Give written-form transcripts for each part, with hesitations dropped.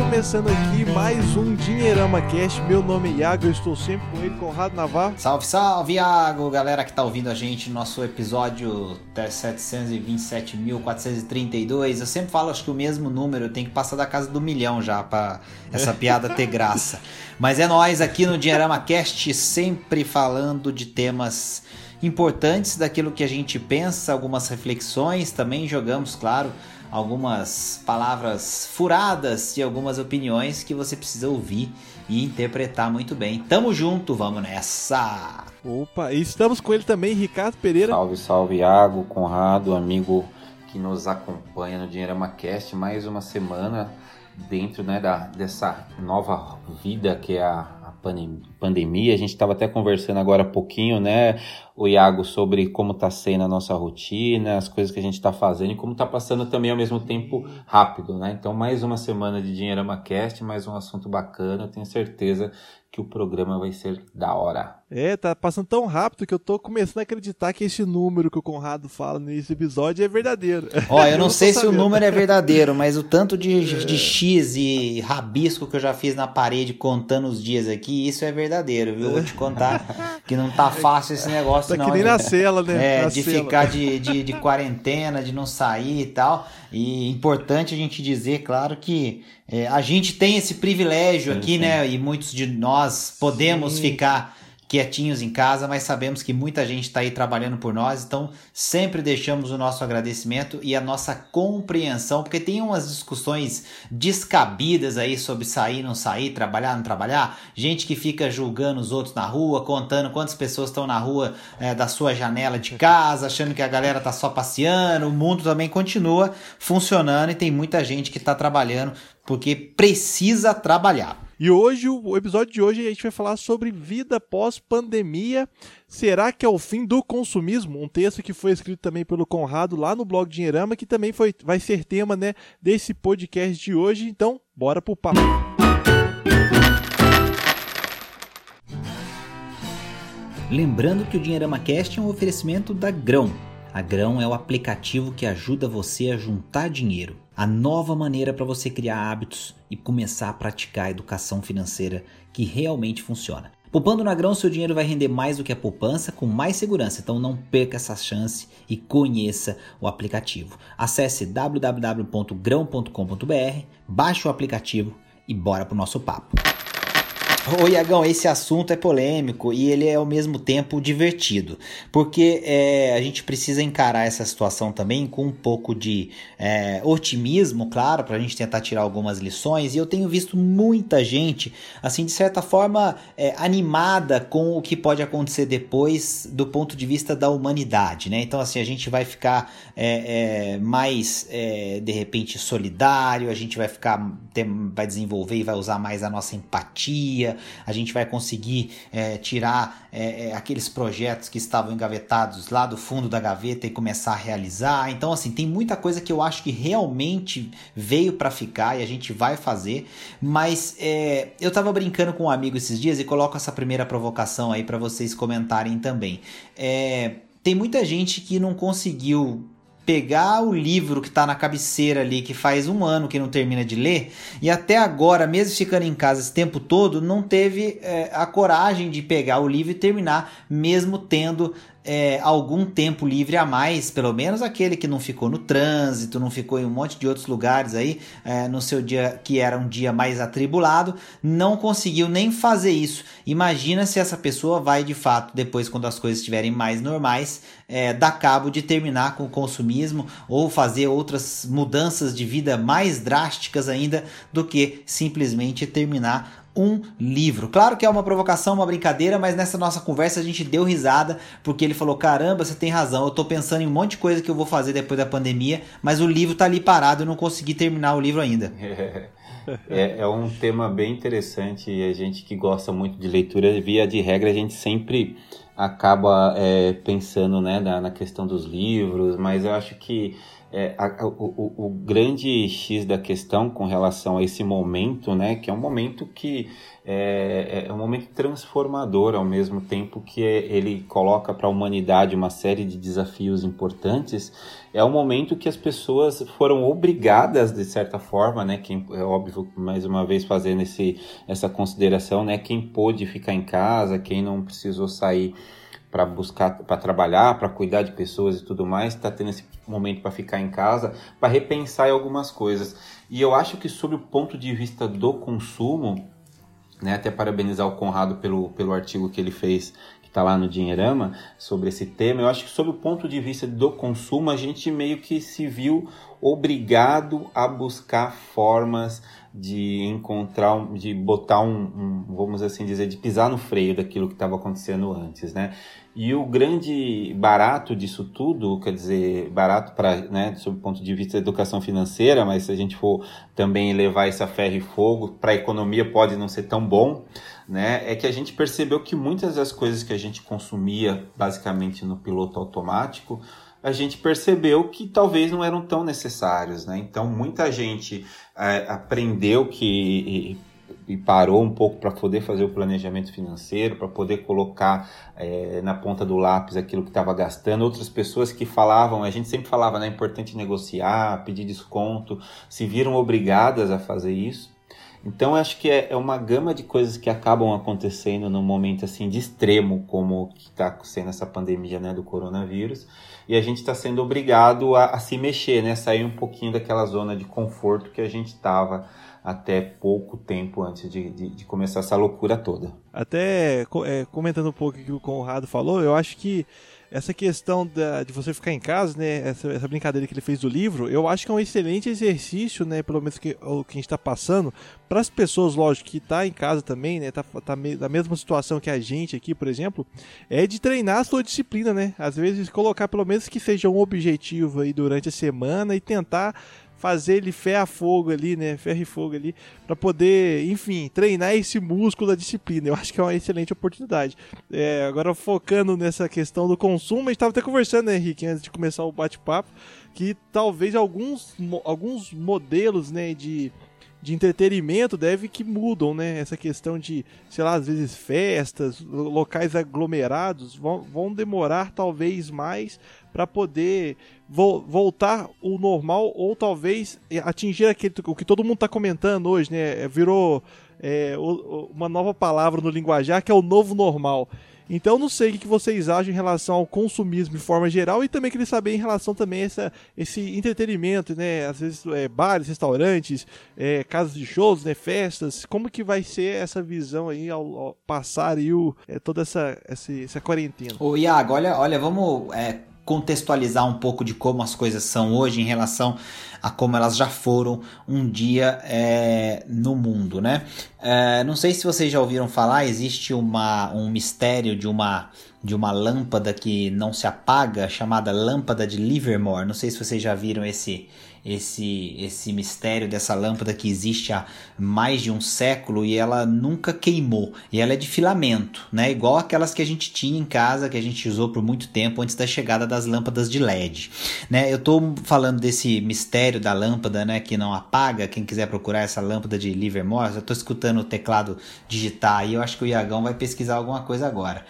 começando aqui mais um Dinheirama Cast. Meu nome é Iago, eu estou sempre com ele, Conrado Navarro. Salve, salve, Iago! Galera que tá ouvindo a gente no nosso episódio 727.432. Eu sempre falo, acho que o mesmo número, eu tenho que passar da casa do 1.000.000 já pra essa piada ter graça. Mas é nóis aqui no Dinheirama Cast, sempre falando de temas importantes, daquilo que a gente pensa, algumas reflexões, também jogamos, claro, algumas palavras furadas e algumas opiniões que você precisa ouvir e interpretar muito bem. Tamo junto, vamos nessa! Opa, e estamos com ele também, Ricardo Pereira. Salve, salve, Iago, Conrado, amigo que nos acompanha no Dinheirama Cast, mais uma semana dentro, né, dessa nova vida que é a pandemia. A gente estava até conversando agora há pouquinho, né, o Iago, sobre como está sendo a nossa rotina, as coisas que a gente está fazendo e como está passando também ao mesmo tempo rápido, né? Então, mais uma semana de Dinheirama Cast, mais um assunto bacana. Eu tenho certeza que o programa vai ser da hora. Tá passando tão rápido que eu tô começando a acreditar que esse número que o Conrado fala nesse episódio é verdadeiro. Ó, eu não sei se o número é verdadeiro, mas o tanto de X e rabisco que eu já fiz na parede contando os dias aqui, isso é verdadeiro, viu? Vou te contar que não tá fácil esse negócio, tá não. Que nem na cela, né? Na cela. Ficar de quarentena, de não sair e tal. E importante a gente dizer, claro, que a gente tem esse privilégio aqui, né? E muitos de nós podemos ficar quietinhos em casa, mas sabemos que muita gente está aí trabalhando por nós, então sempre deixamos o nosso agradecimento e a nossa compreensão, porque tem umas discussões descabidas aí sobre sair, não sair, trabalhar, não trabalhar, gente que fica julgando os outros na rua, contando quantas pessoas estão na rua da sua janela de casa, achando que a galera tá só passeando. O mundo também continua funcionando e tem muita gente que está trabalhando porque precisa trabalhar. E hoje, o episódio de hoje, a gente vai falar sobre vida pós-pandemia. Será que é o fim do consumismo? Um texto que foi escrito também pelo Conrado lá no blog Dinheirama, que também vai ser tema, né, desse podcast de hoje. Então, bora pro papo. Lembrando que o Dinheirama Cast é um oferecimento da Grão. A Grão é o aplicativo que ajuda você a juntar dinheiro. A nova maneira para você criar hábitos e começar a praticar a educação financeira que realmente funciona. Poupando na Grão, seu dinheiro vai render mais do que a poupança, com mais segurança. Então não perca essa chance e conheça o aplicativo. Acesse www.grão.com.br, baixe o aplicativo e bora pro nosso papo. Ô Iagão, esse assunto é polêmico e ele é ao mesmo tempo divertido, porque a gente precisa encarar essa situação também com um pouco de otimismo, claro, pra gente tentar tirar algumas lições, e eu tenho visto muita gente, assim, de certa forma, animada com o que pode acontecer depois do ponto de vista da humanidade, né? Então, assim, a gente vai ficar mais, de repente, solidário, a gente vai vai desenvolver e vai usar mais a nossa empatia, a gente vai conseguir tirar aqueles projetos que estavam engavetados lá do fundo da gaveta e começar a realizar. Então, assim, tem muita coisa que eu acho que realmente veio para ficar e a gente vai fazer, mas eu tava brincando com um amigo esses dias e coloco essa primeira provocação aí para vocês comentarem também. Tem muita gente que não conseguiu pegar o livro que tá na cabeceira ali, que faz 1 ano que não termina de ler, e até agora, mesmo ficando em casa esse tempo todo, não teve a coragem de pegar o livro e terminar, mesmo tendo algum tempo livre a mais, pelo menos aquele que não ficou no trânsito, não ficou em um monte de outros lugares aí, no seu dia que era um dia mais atribulado, não conseguiu nem fazer isso. Imagina se essa pessoa vai de fato, depois quando as coisas estiverem mais normais, dar cabo de terminar com o consumismo ou fazer outras mudanças de vida mais drásticas ainda do que simplesmente terminar um livro. Claro que é uma provocação, uma brincadeira, mas nessa nossa conversa a gente deu risada, porque ele falou, caramba, você tem razão, eu tô pensando em um monte de coisa que eu vou fazer depois da pandemia, mas o livro tá ali parado, eu não consegui terminar o livro ainda. É um tema bem interessante, e a gente que gosta muito de leitura, via de regra, a gente sempre acaba pensando, né, na questão dos livros, mas eu acho que o grande X da questão com relação a esse momento, né, que é um momento que é um momento transformador, ao mesmo tempo que ele coloca para a humanidade uma série de desafios importantes, é um momento que as pessoas foram obrigadas, de certa forma, né, quem, é óbvio, mais uma vez fazendo essa consideração, né, quem pôde ficar em casa, quem não precisou sair para buscar, para trabalhar, para cuidar de pessoas e tudo mais, está tendo esse momento para ficar em casa, para repensar em algumas coisas. E eu acho que, sob o ponto de vista do consumo, né, até parabenizar o Conrado pelo artigo que ele fez, que está lá no Dinheirama, sobre esse tema, eu acho que, sob o ponto de vista do consumo, a gente meio que se viu obrigado a buscar formas de encontrar, de botar vamos assim dizer, de pisar no freio daquilo que estava acontecendo antes, né? E o grande barato disso tudo, quer dizer, barato para, né, sob o ponto de vista da educação financeira, mas se a gente for também levar isso a ferro e fogo, para a economia pode não ser tão bom, né? É que a gente percebeu que muitas das coisas que a gente consumia basicamente no piloto automático, a gente percebeu que talvez não eram tão necessários, né? Então, muita gente aprendeu e parou um pouco para poder fazer o planejamento financeiro, para poder colocar na ponta do lápis aquilo que estava gastando. Outras pessoas que falavam, a gente sempre falava, né, é importante negociar, pedir desconto, se viram obrigadas a fazer isso. Então, acho que é uma gama de coisas que acabam acontecendo num momento assim de extremo, como está sendo essa pandemia, né, do coronavírus, e a gente está sendo obrigado a se mexer, né, sair um pouquinho daquela zona de conforto que a gente estava até pouco tempo antes de começar essa loucura toda. Até comentando um pouco o que o Conrado falou, eu acho que essa questão de você ficar em casa, né, essa brincadeira que ele fez do livro, eu acho que é um excelente exercício, né, pelo menos o que a gente está passando, para as pessoas, lógico, que tá em casa também, né, tá na mesma situação que a gente aqui, por exemplo, é de treinar a sua disciplina, né, às vezes colocar pelo menos que seja um objetivo aí durante a semana e tentar fazer ele ferro e fogo ali, para poder, enfim, treinar esse músculo da disciplina. Eu acho que é uma excelente oportunidade. Agora, focando nessa questão do consumo, a gente estava até conversando, né, Henrique, antes de começar o bate-papo, que talvez alguns modelos, né, de entretenimento que mudam, né? Essa questão de, sei lá, às vezes festas, locais aglomerados vão demorar talvez mais para poder voltar o normal, ou talvez atingir o que todo mundo está comentando hoje, né? Virou uma nova palavra no linguajar, que é o novo normal. Então, não sei o que vocês acham em relação ao consumismo de forma geral, e também queria saber em relação também a esse entretenimento, né? Às vezes bares, restaurantes, casas de shows, né? Festas. Como que vai ser essa visão aí ao passar aí toda essa quarentena? Ô Iago, olha, vamos contextualizar um pouco de como as coisas são hoje em relação a como elas já foram um dia no mundo, né? Não sei se vocês já ouviram falar, existe um mistério de uma lâmpada que não se apaga, chamada lâmpada de Livermore. Não sei se vocês já viram esse mistério dessa lâmpada que existe há mais de um século e ela nunca queimou. E ela é de filamento, né? Igual aquelas que a gente tinha em casa, que a gente usou por muito tempo antes da chegada das lâmpadas de LED, né? Eu tô falando desse mistério da lâmpada, né, que não apaga. Quem quiser procurar essa lâmpada de Livermore, eu tô escutando o teclado digitar aí, eu acho que o Iagão vai pesquisar alguma coisa agora.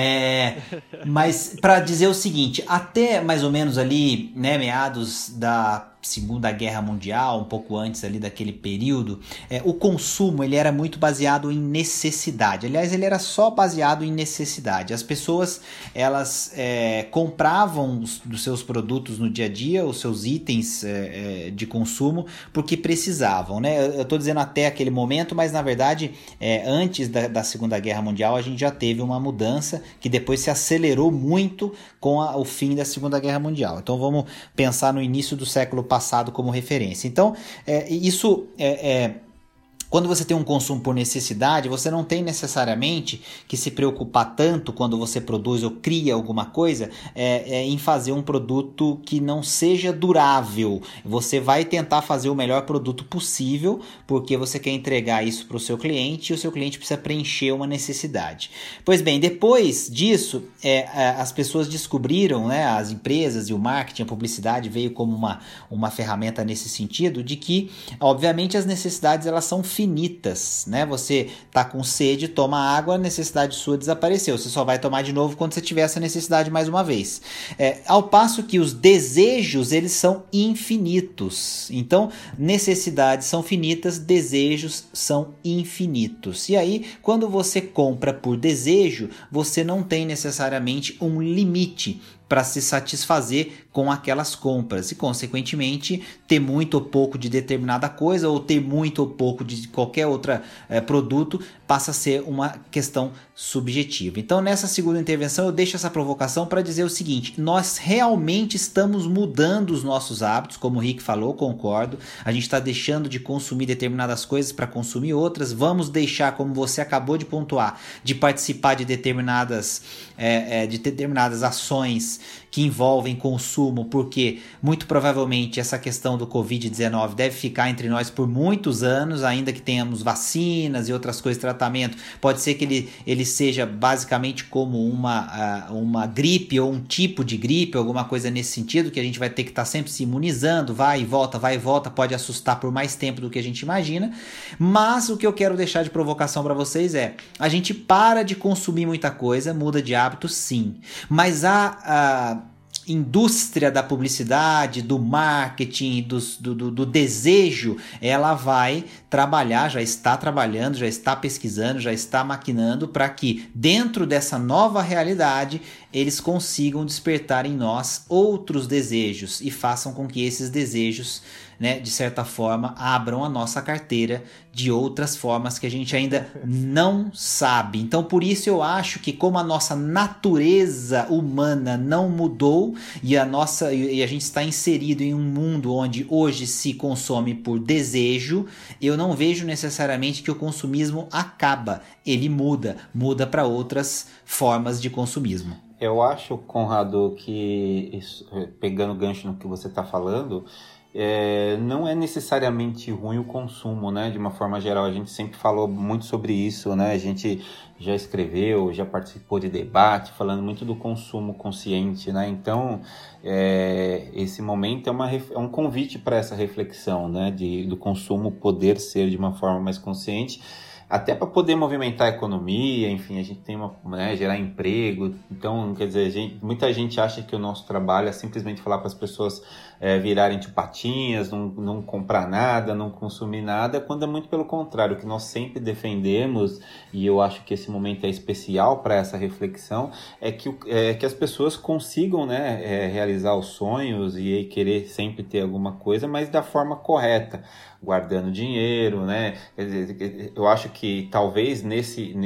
Mas para dizer o seguinte, até mais ou menos ali, né, meados da Segunda Guerra Mundial, um pouco antes ali daquele período, o consumo ele era muito baseado em necessidade. Aliás, ele era só baseado em necessidade. As pessoas elas compravam dos seus produtos no dia a dia, os seus itens de consumo, porque precisavam, né? Eu estou dizendo até aquele momento, mas na verdade antes da Segunda Guerra Mundial a gente já teve uma mudança que depois se acelerou muito com o fim da Segunda Guerra Mundial. Então vamos pensar no início do século passado como referência. Então, isso Quando você tem um consumo por necessidade, você não tem necessariamente que se preocupar tanto quando você produz ou cria alguma coisa em fazer um produto que não seja durável. Você vai tentar fazer o melhor produto possível porque você quer entregar isso para o seu cliente e o seu cliente precisa preencher uma necessidade. Pois bem, depois disso, as pessoas descobriram, né, as empresas e o marketing, a publicidade veio como uma ferramenta nesse sentido de que, obviamente, as necessidades elas são finitas, né? Você tá com sede, toma água, a necessidade sua desapareceu. Você só vai tomar de novo quando você tiver essa necessidade mais uma vez. Ao passo que os desejos, eles são infinitos. Então, necessidades são finitas, desejos são infinitos. E aí, quando você compra por desejo, você não tem necessariamente um limite para se satisfazer com aquelas compras e, consequentemente, ter muito ou pouco de determinada coisa ou ter muito ou pouco de qualquer outro produto passa a ser uma questão subjetiva. Então, nessa segunda intervenção, eu deixo essa provocação para dizer o seguinte: nós realmente estamos mudando os nossos hábitos, como o Rick falou, concordo. A gente está deixando de consumir determinadas coisas para consumir outras. Vamos deixar, como você acabou de pontuar, de participar de determinadas ações que envolvem consumo, porque muito provavelmente essa questão do Covid-19 deve ficar entre nós por muitos anos, ainda que tenhamos vacinas e outras coisas, tratamento. Pode ser que ele seja basicamente como uma gripe ou um tipo de gripe, alguma coisa nesse sentido, que a gente vai ter que estar sempre se imunizando, vai e volta, pode assustar por mais tempo do que a gente imagina. Mas o que eu quero deixar de provocação para vocês a gente para de consumir muita coisa, muda de hábito sim, mas a indústria da publicidade, do marketing, do desejo, ela vai trabalhar, já está trabalhando, já está pesquisando, já está maquinando para que dentro dessa nova realidade eles consigam despertar em nós outros desejos e façam com que esses desejos, né, de certa forma, abram a nossa carteira de outras formas que a gente ainda não sabe. Então, por isso eu acho que como a nossa natureza humana não mudou e a gente está inserido em um mundo onde hoje se consome por desejo, eu não vejo necessariamente que o consumismo acaba. Ele muda para outras formas de consumismo. Eu acho, Conrado, que pegando o gancho no que você está falando, não é necessariamente ruim o consumo, né? De uma forma geral, a gente sempre falou muito sobre isso, né? A gente já escreveu, já participou de debate falando muito do consumo consciente, né? Então, esse momento é um convite para essa reflexão, né? Do consumo poder ser de uma forma mais consciente, até para poder movimentar a economia, enfim, a gente tem gerar emprego. Então, quer dizer, muita gente acha que o nosso trabalho é simplesmente falar para as pessoas virarem de patinhas, não comprar nada, não consumir nada, quando é muito pelo contrário. O que nós sempre defendemos, e eu acho que esse momento é especial para essa reflexão, é que as pessoas consigam, né, realizar os sonhos e querer sempre ter alguma coisa, mas da forma correta, guardando dinheiro, né? Quer dizer, eu acho que talvez nesse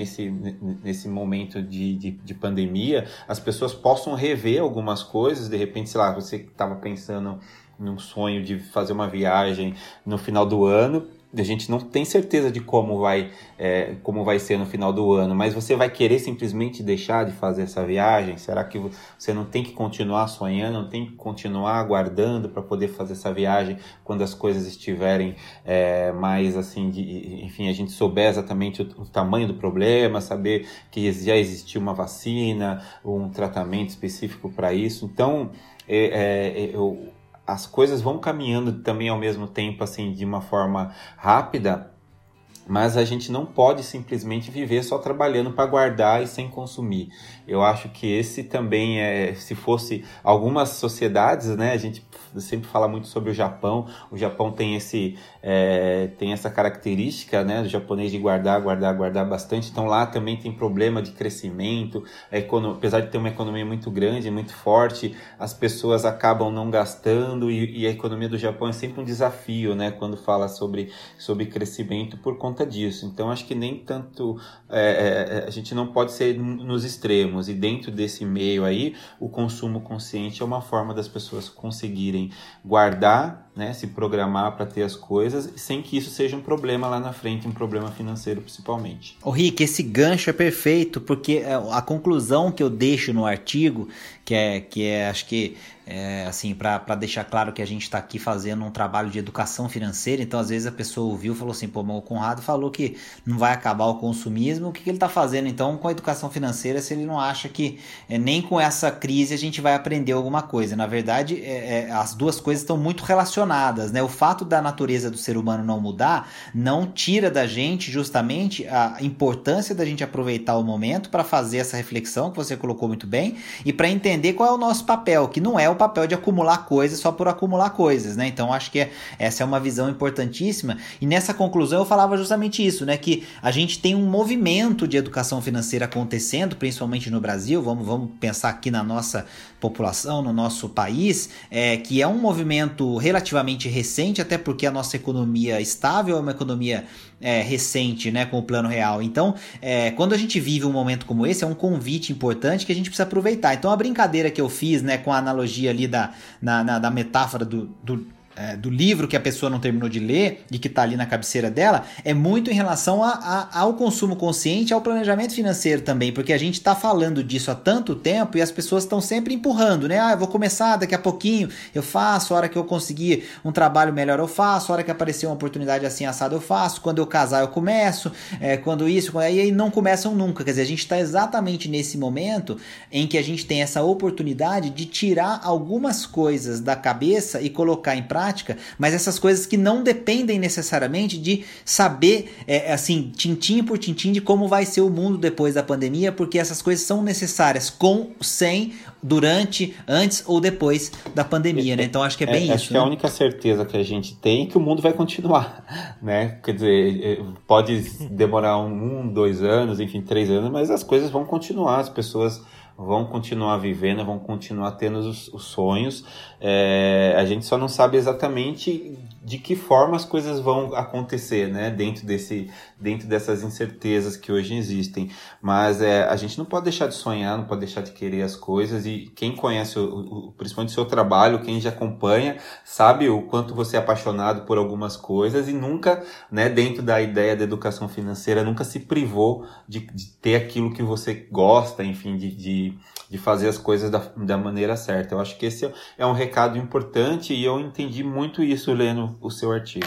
momento de pandemia as pessoas possam rever algumas coisas. De repente, sei lá, você estava pensando num sonho de fazer uma viagem no final do ano, a gente não tem certeza de como vai ser no final do ano, mas você vai querer simplesmente deixar de fazer essa viagem? Será que você não tem que continuar sonhando, não tem que continuar aguardando para poder fazer essa viagem quando as coisas estiverem mais assim, enfim, a gente souber exatamente o tamanho do problema, saber que já existiu uma vacina, um tratamento específico para isso? Então, as coisas vão caminhando também ao mesmo tempo, assim, de uma forma rápida, mas a gente não pode simplesmente viver só trabalhando para guardar e sem consumir. Eu acho que esse também se fosse algumas sociedades, né, a gente sempre fala muito sobre o Japão tem essa característica, né, do japonês de guardar bastante. Então lá também tem problema de crescimento, apesar de ter uma economia muito grande, muito forte, as pessoas acabam não gastando, e a economia do Japão é sempre um desafio, né, quando fala sobre crescimento, por conta conta disso. Então, acho que nem tanto a gente não pode ser nos extremos, e dentro desse meio aí, o consumo consciente é uma forma das pessoas conseguirem guardar, né, se programar para ter as coisas, sem que isso seja um problema lá na frente, um problema financeiro principalmente. Ô Rick, esse gancho é perfeito, porque a conclusão que eu deixo no artigo, que é acho que assim, para deixar claro que a gente está aqui fazendo um trabalho de educação financeira, então às vezes a pessoa ouviu e falou assim, pô, mas o Conrado falou que não vai acabar o consumismo, o que ele está fazendo então com a educação financeira se ele não acha que nem com essa crise a gente vai aprender alguma coisa? Na verdade, as duas coisas estão muito relacionadas, né? O fato da natureza do ser humano não mudar não tira da gente justamente a importância da gente aproveitar o momento para fazer essa reflexão que você colocou muito bem e para entender qual é o nosso papel, que não é o papel de acumular coisas só por acumular coisas, né? Então acho que essa é uma visão importantíssima, e nessa conclusão eu falava justamente isso, né? Que a gente tem um movimento de educação financeira acontecendo, principalmente no Brasil, vamos pensar aqui na nossa população, no nosso país, que é um movimento relativamente recente, até porque a nossa economia estável é uma economia recente, né, com o Plano Real. Então, quando a gente vive um momento como esse, é um convite importante que a gente precisa aproveitar. Então, a brincadeira que eu fiz, né, com a analogia ali da metáfora do livro que a pessoa não terminou de ler e que está ali na cabeceira dela, é muito em relação ao consumo consciente, ao planejamento financeiro também, porque a gente está falando disso há tanto tempo e as pessoas estão sempre empurrando, né? Eu vou começar daqui a pouquinho, eu faço, a hora que eu conseguir um trabalho melhor eu faço, a hora que aparecer uma oportunidade assim assada eu faço, quando eu casar eu começo, aí não começam nunca. Quer dizer, a gente está exatamente nesse momento em que a gente tem essa oportunidade de tirar algumas coisas da cabeça e colocar em prática, mas essas coisas que não dependem necessariamente de saber, assim, tintim por tintim de como vai ser o mundo depois da pandemia, porque essas coisas são necessárias com, sem, durante, antes ou depois da pandemia, né? Então acho que é bem isso. Acho que a única certeza que a gente tem é que o mundo vai continuar, né? Quer dizer, pode demorar 1, 2 anos, enfim, 3 anos, mas as coisas vão continuar, as pessoas vão continuar vivendo, vão continuar tendo os sonhos. A gente só não sabe exatamente de que forma as coisas vão acontecer, né? Dentro dessas incertezas que hoje existem. Mas a gente não pode deixar de sonhar, não pode deixar de querer as coisas, e quem conhece principalmente o seu trabalho, quem já acompanha, sabe o quanto você é apaixonado por algumas coisas e nunca, né, dentro da ideia da educação financeira, nunca se privou de ter aquilo que você gosta, enfim, de fazer as coisas da maneira certa. Eu acho que esse é um recado importante e eu entendi muito isso lendo o seu artigo.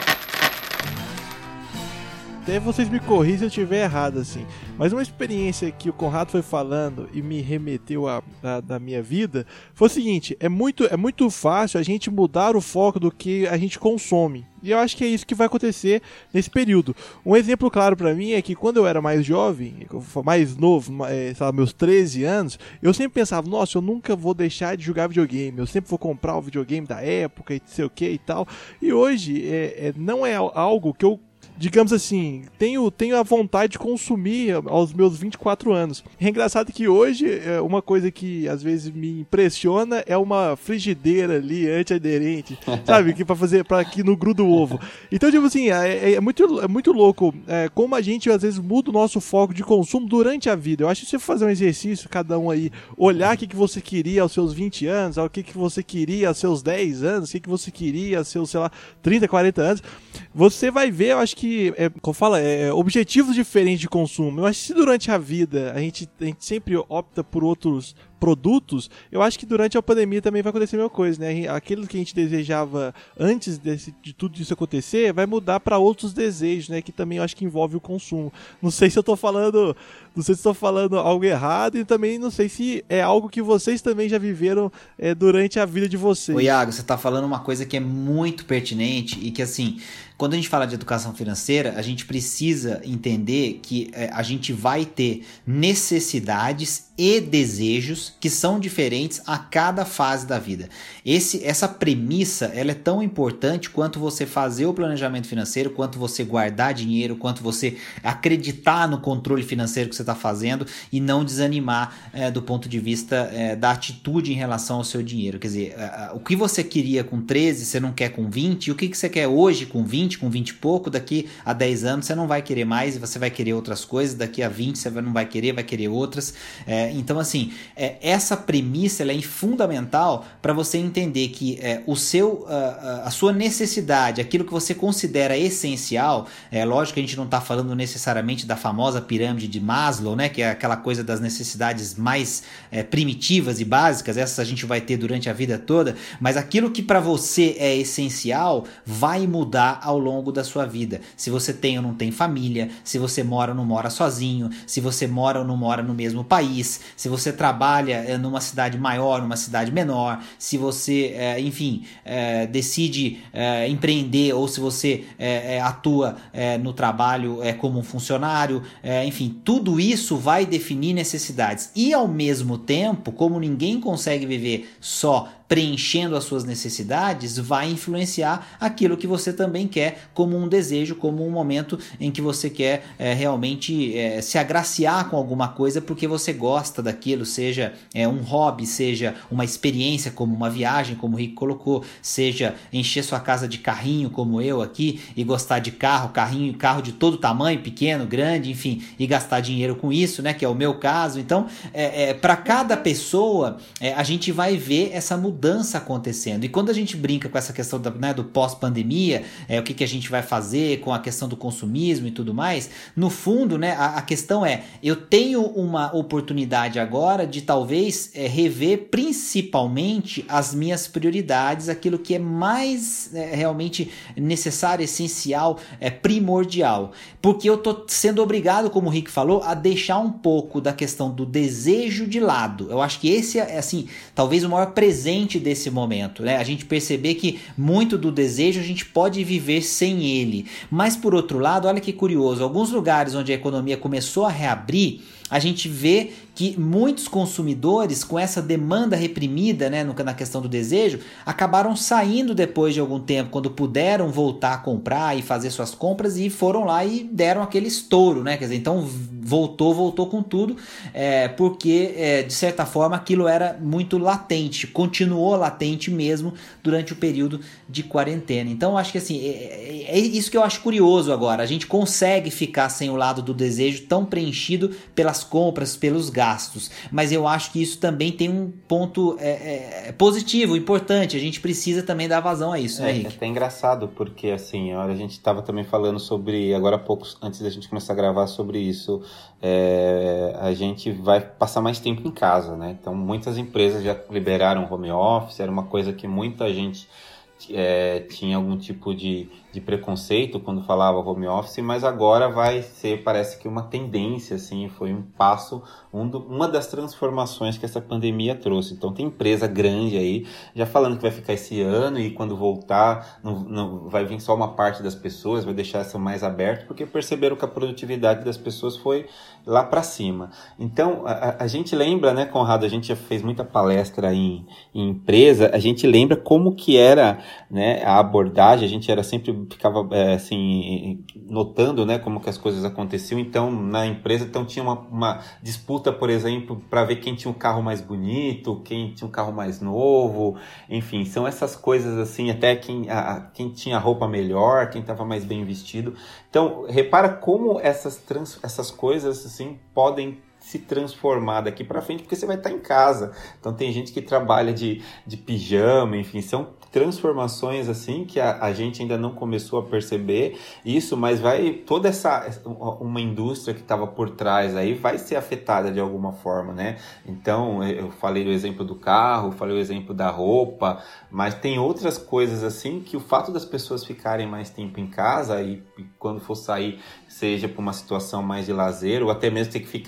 Até vocês me corrigem se eu estiver errado, assim. Mas uma experiência que o Conrado foi falando e me remeteu da minha vida foi o seguinte: é muito fácil a gente mudar o foco do que a gente consome. E eu acho que é isso que vai acontecer nesse período. Um exemplo claro pra mim é que quando eu era mais jovem, mais novo, meus 13 anos, eu sempre pensava, nossa, eu nunca vou deixar de jogar videogame, eu sempre vou comprar o videogame da época e não sei o que e tal. E hoje não é algo que eu, digamos assim, tenho a vontade de consumir aos meus 24 anos. É engraçado que hoje, uma coisa que às vezes me impressiona é uma frigideira ali, antiaderente, sabe? Que para que não gruda o ovo. Então, tipo assim, é muito louco como a gente às vezes muda o nosso foco de consumo durante a vida. Eu acho que se você fazer um exercício, cada um aí, olhar o que você queria aos seus 20 anos, o que você queria aos seus 10 anos, o que você queria aos seus, sei lá, 30, 40 anos, você vai ver, eu acho que objetivos diferentes de consumo. Eu acho que se durante a vida a gente sempre opta por outros produtos, eu acho que durante a pandemia também vai acontecer a mesma coisa, né? Aquilo que a gente desejava antes de tudo isso acontecer vai mudar para outros desejos, né? Que também eu acho que envolve o consumo. Não sei se eu estou falando algo errado, e também não sei se é algo que vocês também já viveram durante a vida de vocês. Ô Iago, você está falando uma coisa que é muito pertinente e que, assim, quando a gente fala de educação financeira, a gente precisa entender que a gente vai ter necessidades e desejos que são diferentes a cada fase da vida. Essa premissa, ela é tão importante quanto você fazer o planejamento financeiro, quanto você guardar dinheiro, quanto você acreditar no controle financeiro que você está fazendo e não desanimar do ponto de vista da atitude em relação ao seu dinheiro. Quer dizer, o que você queria com 13, você não quer com 20, e o que você quer hoje com 20, com 20 e pouco, daqui a 10 anos você não vai querer mais e você vai querer outras coisas, daqui a 20 você não vai querer outras. Então, assim, essa premissa ela é fundamental para você entender que a sua necessidade, aquilo que você considera essencial, lógico que a gente não está falando necessariamente da famosa pirâmide de Maslow, né, que é aquela coisa das necessidades mais primitivas e básicas, essas a gente vai ter durante a vida toda, mas aquilo que para você é essencial vai mudar ao longo da sua vida. Se você tem ou não tem família, se você mora ou não mora sozinho, se você mora ou não mora no mesmo país, se você trabalha numa cidade maior, numa cidade menor, se você, decide empreender ou se você atua no trabalho como um funcionário, enfim, tudo isso vai definir necessidades. E ao mesmo tempo, como ninguém consegue viver só preenchendo as suas necessidades, vai influenciar aquilo que você também quer como um desejo, como um momento em que você quer realmente se agraciar com alguma coisa porque você gosta daquilo, seja um hobby, seja uma experiência como uma viagem, como o Rick colocou, seja encher sua casa de carrinho como eu aqui e gostar de carro de todo tamanho, pequeno, grande, enfim, e gastar dinheiro com isso, né, que é o meu caso. Então, para cada pessoa, a gente vai ver essa mudança acontecendo. E quando a gente brinca com essa questão do pós-pandemia, o que a gente vai fazer com a questão do consumismo e tudo mais, no fundo, né, a questão eu tenho uma oportunidade agora de talvez rever principalmente as minhas prioridades, aquilo que é mais realmente necessário, essencial, primordial. Porque eu estou sendo obrigado, como o Rick falou, a deixar um pouco da questão do desejo de lado. Eu acho que esse é, assim, talvez o maior presente desse momento, né? A gente perceber que muito do desejo a gente pode viver sem ele. Mas por outro lado, olha que curioso, alguns lugares onde a economia começou a reabrir, a gente vê que muitos consumidores, com essa demanda reprimida, né, na questão do desejo, acabaram saindo depois de algum tempo, quando puderam voltar a comprar e fazer suas compras, e foram lá e deram aquele estouro, né? Quer dizer, então voltou com tudo, porque de certa forma aquilo era muito latente, continuou latente mesmo durante o período de quarentena. Então acho que assim, é isso que eu acho curioso agora, a gente consegue ficar sem o lado do desejo tão preenchido pelas compras, pelos gastos, mas eu acho que isso também tem um ponto positivo, importante, a gente precisa também dar vazão a isso, né, Henrique? É até engraçado, porque assim, a gente estava também falando sobre, agora há pouco, antes da gente começar a gravar sobre isso, a gente vai passar mais tempo em casa, né? Então muitas empresas já liberaram home office, era uma coisa que muita gente tinha algum tipo de preconceito quando falava home office, mas agora vai ser, parece que uma tendência, assim, foi um passo, uma das transformações que essa pandemia trouxe. Então tem empresa grande aí, já falando que vai ficar esse ano e quando voltar, não vai vir só uma parte das pessoas, vai deixar isso mais aberto, porque perceberam que a produtividade das pessoas foi lá para cima. Então, a gente lembra, né, Conrado, a gente já fez muita palestra em empresa, a gente lembra como que era, né, a abordagem, a gente ficava assim, notando, né, como que as coisas aconteciam. Então, na empresa, tinha uma disputa, por exemplo, para ver quem tinha um carro mais bonito, quem tinha um carro mais novo, enfim, são essas coisas assim, até quem tinha roupa melhor, quem estava mais bem vestido. Então, repara como essas coisas assim podem se transformar daqui para frente, porque você vai estar em casa. Então tem gente que trabalha de pijama, enfim, são transformações assim que a gente ainda não começou a perceber isso, mas vai toda uma indústria que estava por trás aí vai ser afetada de alguma forma, né? Então eu falei do exemplo do carro, falei o exemplo da roupa, mas tem outras coisas assim que o fato das pessoas ficarem mais tempo em casa e quando for sair, seja para uma situação mais de lazer ou até mesmo ter que ficar realmente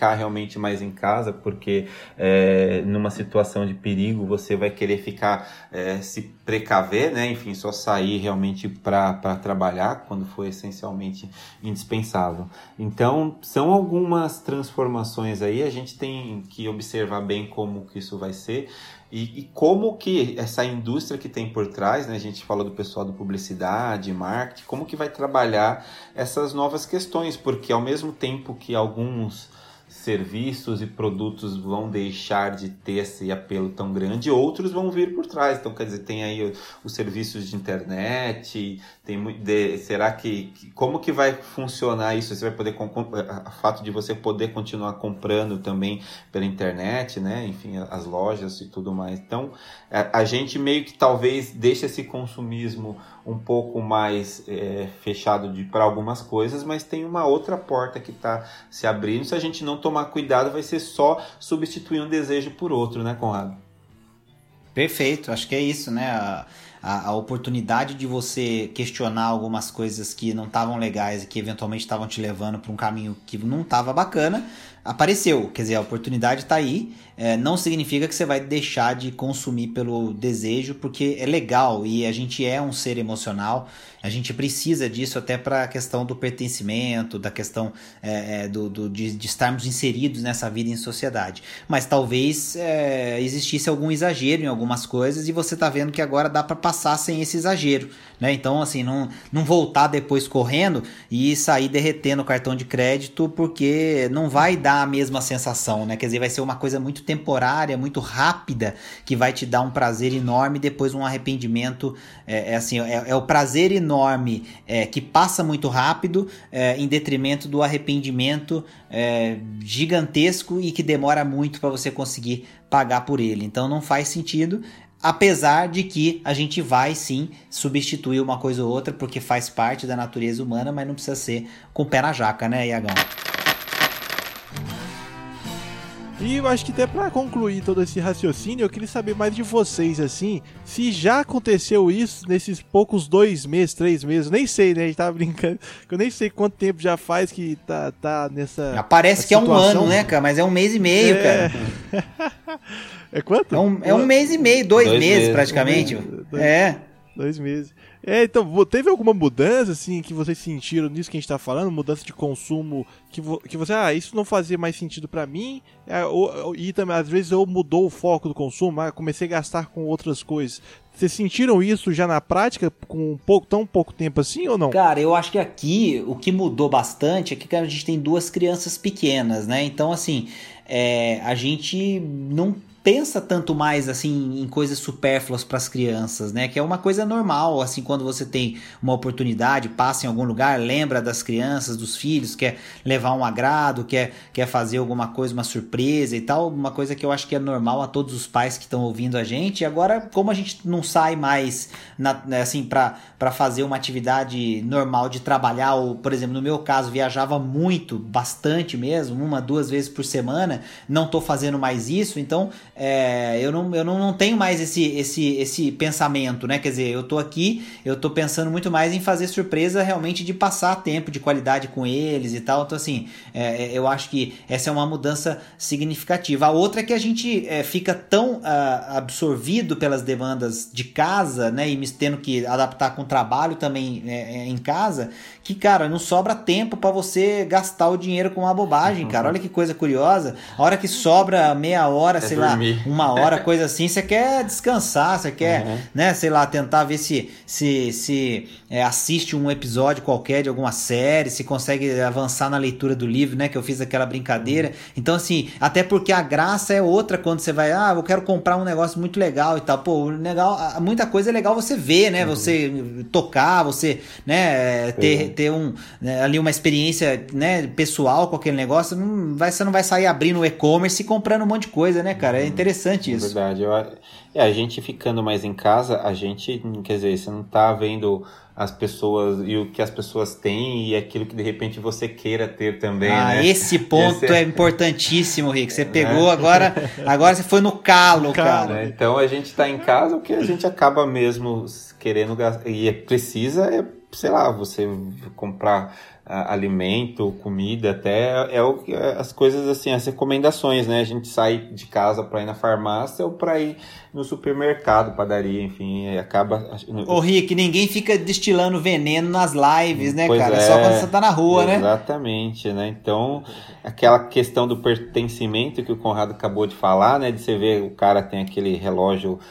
realmente mais em casa, porque numa situação de perigo você vai querer ficar, se precaver, né? Enfim, só sair realmente para trabalhar quando for essencialmente indispensável. Então, são algumas transformações aí, a gente tem que observar bem como que isso vai ser. E como que essa indústria que tem por trás, né, a gente falou do pessoal do publicidade, marketing, como que vai trabalhar essas novas questões, porque ao mesmo tempo que alguns serviços e produtos vão deixar de ter esse apelo tão grande, outros vão vir por trás. Então, quer dizer, tem aí os serviços de internet, será que como que vai funcionar isso? Você vai poder, o fato de você poder continuar comprando também pela internet, né? Enfim, as lojas e tudo mais. Então, a gente meio que talvez deixe esse consumismo um pouco mais fechado para algumas coisas, mas tem uma outra porta que está se abrindo. Se a gente não tomar cuidado, vai ser só substituir um desejo por outro, né, Conrado? Perfeito, acho que é isso, né? A oportunidade de você questionar algumas coisas que não estavam legais e que eventualmente estavam te levando para um caminho que não estava bacana, apareceu. Quer dizer, a oportunidade está aí. Não significa que você vai deixar de consumir pelo desejo, porque é legal e a gente é um ser emocional. A gente precisa disso até para a questão do pertencimento, da questão de estarmos inseridos nessa vida em sociedade. Mas talvez existisse algum exagero em algumas coisas e você está vendo que agora dá para passar sem esse exagero, né? Então, assim, não voltar depois correndo e sair derretendo o cartão de crédito, porque não vai dar a mesma sensação, né? Quer dizer, vai ser uma coisa muito temporária, muito rápida, que vai te dar um prazer enorme e depois um arrependimento. É o prazer enorme que passa muito rápido, em detrimento do arrependimento gigantesco e que demora muito para você conseguir pagar por ele. Então não faz sentido. Apesar de que a gente vai sim substituir uma coisa ou outra, porque faz parte da natureza humana, mas não precisa ser com o pé na jaca, né, Iagão? E eu acho que até pra concluir todo esse raciocínio, eu queria saber mais de vocês, assim, se já aconteceu isso nesses poucos 2 meses, 3 meses, nem sei, né, a gente tava brincando, que eu nem sei quanto tempo já faz que tá nessa... Parece que situação. É um ano, né, cara, mas é 1 mês e meio, cara. É quanto? É um mês e meio, 2 meses praticamente. 2 meses. Então, teve alguma mudança, assim, que vocês sentiram nisso que a gente tá falando? Mudança de consumo, que você, isso não fazia mais sentido pra mim, e também, às vezes, mudou o foco do consumo, comecei a gastar com outras coisas. Vocês sentiram isso já na prática, com tão pouco tempo assim, ou não? Cara, eu acho que aqui, o que mudou bastante é que a gente tem 2 crianças pequenas, né? Então, assim, a gente não pensa tanto mais assim em coisas supérfluas para as crianças, né? Que é uma coisa normal, assim, quando você tem uma oportunidade, passa em algum lugar, lembra das crianças, dos filhos, quer levar um agrado, quer fazer alguma coisa, uma surpresa e tal, uma coisa que eu acho que é normal a todos os pais que estão ouvindo a gente. E agora, como a gente não sai mais assim para fazer uma atividade normal de trabalhar, ou, por exemplo, no meu caso, viajava muito, bastante mesmo, 1, 2 vezes por semana, não tô fazendo mais isso, então eu não tenho mais esse pensamento, né? Quer dizer, eu tô aqui, eu tô pensando muito mais em fazer surpresa realmente, de passar tempo de qualidade com eles e tal. Então, assim, eu acho que essa é uma mudança significativa. A outra é que a gente fica tão absorvido pelas demandas de casa, né? E tendo que adaptar com o trabalho também em casa, que, cara, não sobra tempo para você gastar o dinheiro com uma bobagem, cara. Olha que coisa curiosa. A hora que sobra meia hora, sei lá, 1 hora, coisa assim, você quer descansar, você quer, né, sei lá, tentar ver se assiste um episódio qualquer de alguma série, se consegue avançar na leitura do livro, né, que eu fiz aquela brincadeira. Então, assim, até porque a graça é outra quando você vai, eu quero comprar um negócio muito legal e tal. Pô, legal, muita coisa é legal você ver, né, você tocar, você, né, ter ali uma experiência, né, pessoal com aquele negócio. Você não vai sair abrindo o e-commerce e comprando um monte de coisa, né, cara? É interessante isso. É verdade. A gente ficando mais em casa, a gente, quer dizer, você não tá vendo as pessoas e o que as pessoas têm e aquilo que de repente você queira ter também, né? Esse ponto é importantíssimo, Rick. Você pegou agora você foi no calo, cara. Então a gente tá em casa, o que a gente acaba mesmo querendo gastar, e precisa, sei lá, você comprar alimento, comida, até as coisas assim, as recomendações, né? A gente sai de casa para ir na farmácia ou para ir no supermercado, padaria, enfim, acaba... Ô Rick, ninguém fica destilando veneno nas lives, né, pois cara? Só quando você tá na rua, né? Exatamente, né? Então, aquela questão do pertencimento que o Conrado acabou de falar, né? De você ver o cara tem aquele relógio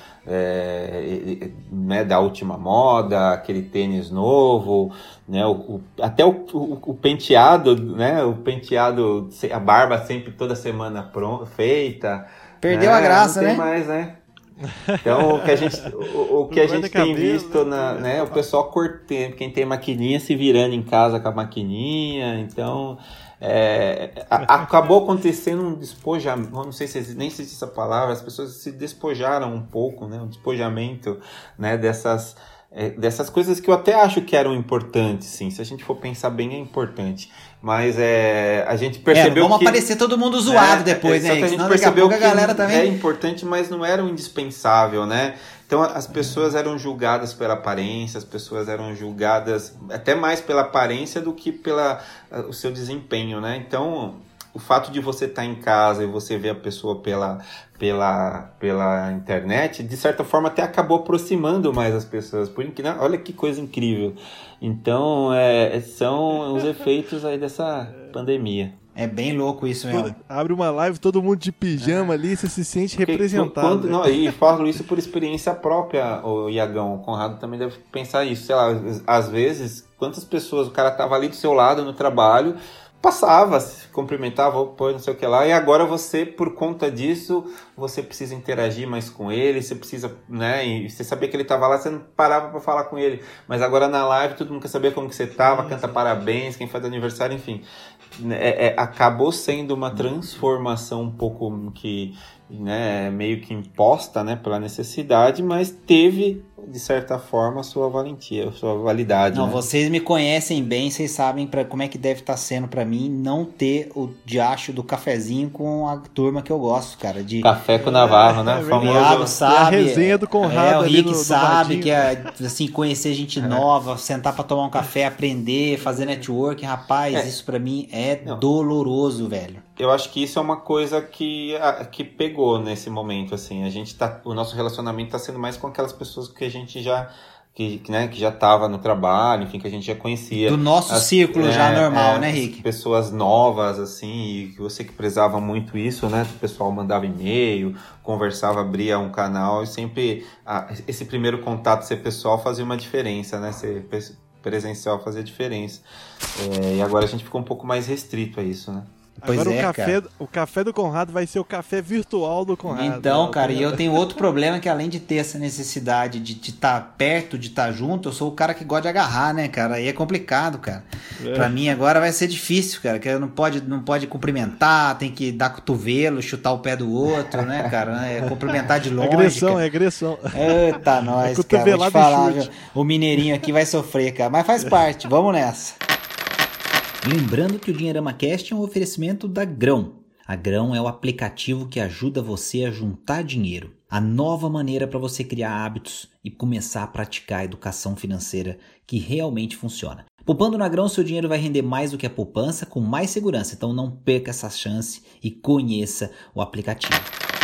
né, da última moda, aquele tênis novo, né, até o penteado, né, o penteado, a barba sempre toda semana feita. Perdeu a graça, não tem né? mais, né? Então, o que a gente tem visto, né, o pessoal cortando, quem tem maquininha se virando em casa com a maquininha, então... acabou acontecendo um despojamento, não sei se nem existe essa palavra, as pessoas se despojaram um pouco, né, um despojamento, né, dessas coisas que eu até acho que eram importantes, sim, se a gente for pensar bem é importante, mas a gente percebeu vamos que... aparecer todo mundo zoado depois, né, só que a gente percebeu que a galera também... é importante, mas não era um indispensável, né. Então as pessoas eram julgadas pela aparência, as pessoas eram julgadas até mais pela aparência do que o seu desempenho, né? Então o fato de você estar em casa e você ver a pessoa pela internet, de certa forma até acabou aproximando mais as pessoas. Olha que coisa incrível. Então são os efeitos aí dessa pandemia. É bem louco isso mesmo. Abre uma live, todo mundo de pijama ali, você se sente representado. E falo isso por experiência própria, o Iagão. O Conrado também deve pensar isso. Sei lá, às vezes, quantas pessoas, o cara tava ali do seu lado no trabalho, passava, se cumprimentava, não sei o que lá, e agora você, por conta disso, você precisa interagir mais com ele, você precisa, né, e você sabia que ele tava lá, você não parava pra falar com ele, mas agora na live todo mundo quer saber como que você tava, canta parabéns, quem faz aniversário, enfim. Acabou sendo uma transformação um pouco que, né, meio que imposta, né, pela necessidade, mas teve, de certa forma, a sua valentia, a sua validade. Não, né? Vocês me conhecem bem, vocês sabem como é que deve estar sendo pra mim não ter o diacho do cafezinho com a turma que eu gosto, cara. De Café com Navarro, né? O Iago sabe. A resenha do Conrado. O Rick sabe do que assim, conhecer gente nova, sentar pra tomar um café, aprender, fazer networking, rapaz, isso pra mim é doloroso, velho. Eu acho que isso é uma coisa que pegou nesse momento, assim. O nosso relacionamento tá sendo mais com aquelas pessoas que a gente já... Que já estava no trabalho, enfim, que a gente já conhecia. Do nosso círculo já normal, né, Rick? Pessoas novas, assim, e você que prezava muito isso, né? O pessoal mandava e-mail, conversava, abria um canal, e sempre esse primeiro contato ser pessoal fazia uma diferença, né? Ser presencial fazia diferença. E agora a gente ficou um pouco mais restrito a isso, né? Agora o café do Conrado vai ser o café virtual do Conrado. Então, cara, e eu tenho outro problema que além de ter essa necessidade de estar perto, de estar junto, eu sou o cara que gosta de agarrar, né, cara? Aí é complicado, cara. Pra mim agora vai ser difícil, cara, que não pode cumprimentar, tem que dar cotovelo, chutar o pé do outro, né, cara? Cumprimentar de longe. Agressão. Eita, nós, cara, vou te falar, o mineirinho aqui vai sofrer, cara, mas faz parte, vamos nessa. Lembrando que o Dinheirama Cast é um oferecimento da Grão. A Grão é o aplicativo que ajuda você a juntar dinheiro. A nova maneira para você criar hábitos e começar a praticar a educação financeira que realmente funciona. Poupando na Grão, seu dinheiro vai render mais do que a poupança com mais segurança. Então não perca essa chance e conheça o aplicativo.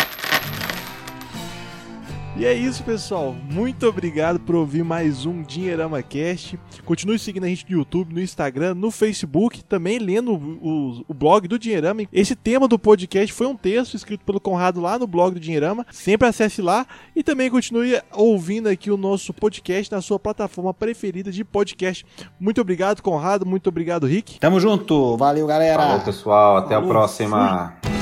E é isso, pessoal. Muito obrigado por ouvir mais um Dinheirama Cast. Continue seguindo a gente no YouTube, no Instagram, no Facebook, também lendo o blog do Dinheirama. Esse tema do podcast foi um texto escrito pelo Conrado lá no blog do Dinheirama. Sempre acesse lá e também continue ouvindo aqui o nosso podcast na sua plataforma preferida de podcast. Muito obrigado, Conrado. Muito obrigado, Rick. Tamo junto. Valeu, galera. Falou, pessoal. Até a próxima. Fui.